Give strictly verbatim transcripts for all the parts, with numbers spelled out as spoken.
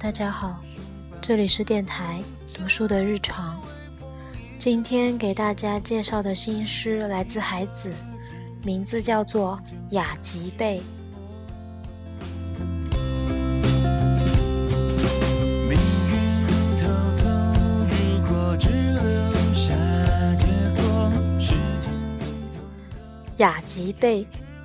大家好，这里是电台读书的日常。今天给大家介绍的新诗来自海子，名字叫做《雅集背》。雅集背，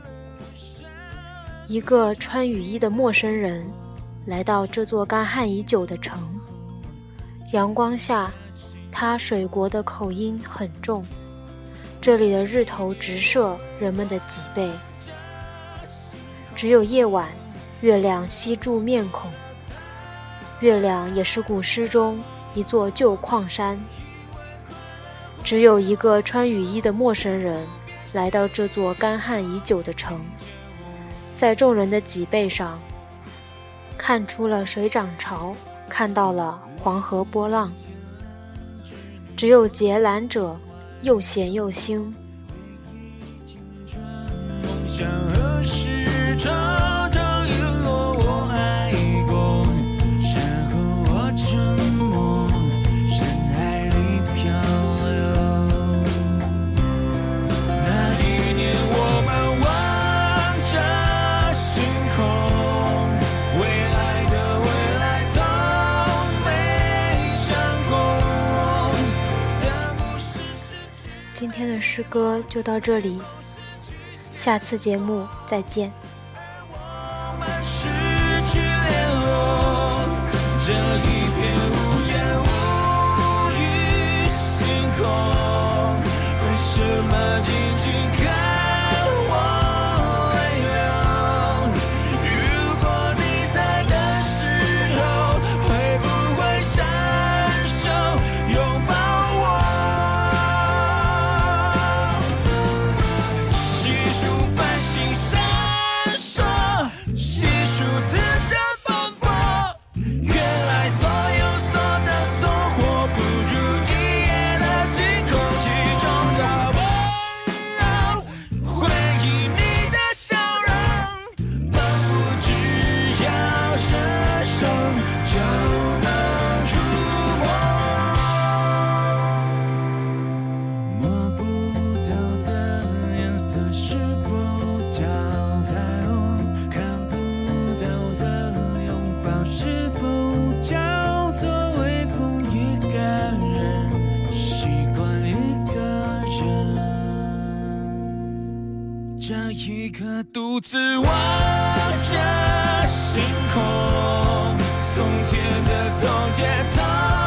一个穿雨衣的陌生人来到这座干旱已久的城。阳光下，他水国的口音很重，这里的日头直射人们的脊背，只有夜晚月亮吸住面孔。月亮也是古诗中一座旧矿山。只有一个穿雨衣的陌生人来到这座干旱已久的城，在众人的脊背上看出了水涨潮，看到了黄河波浪。只有劫难者又闲又兴。梦想何时朝朝日落我爱过，山河我沉默，深海里漂流。那一年我们望着星空，未来的未来从没想过。今天的诗歌就到这里，下次节目再见。我们失去联络，这一片无言无语星空，为什么静静看我泪流？如果你在的时候，会不会伸手拥抱我？细数繁星闪烁，细数此生奔波，原来所有所得所获不如一夜的星空其中的我。回忆你的笑容，仿佛只要伸手就能触摸。摸不到的颜色是否叫彩虹，看不到的拥抱是否叫做微风。一个人习惯一个人，这一刻独自望着星空，从前的从前从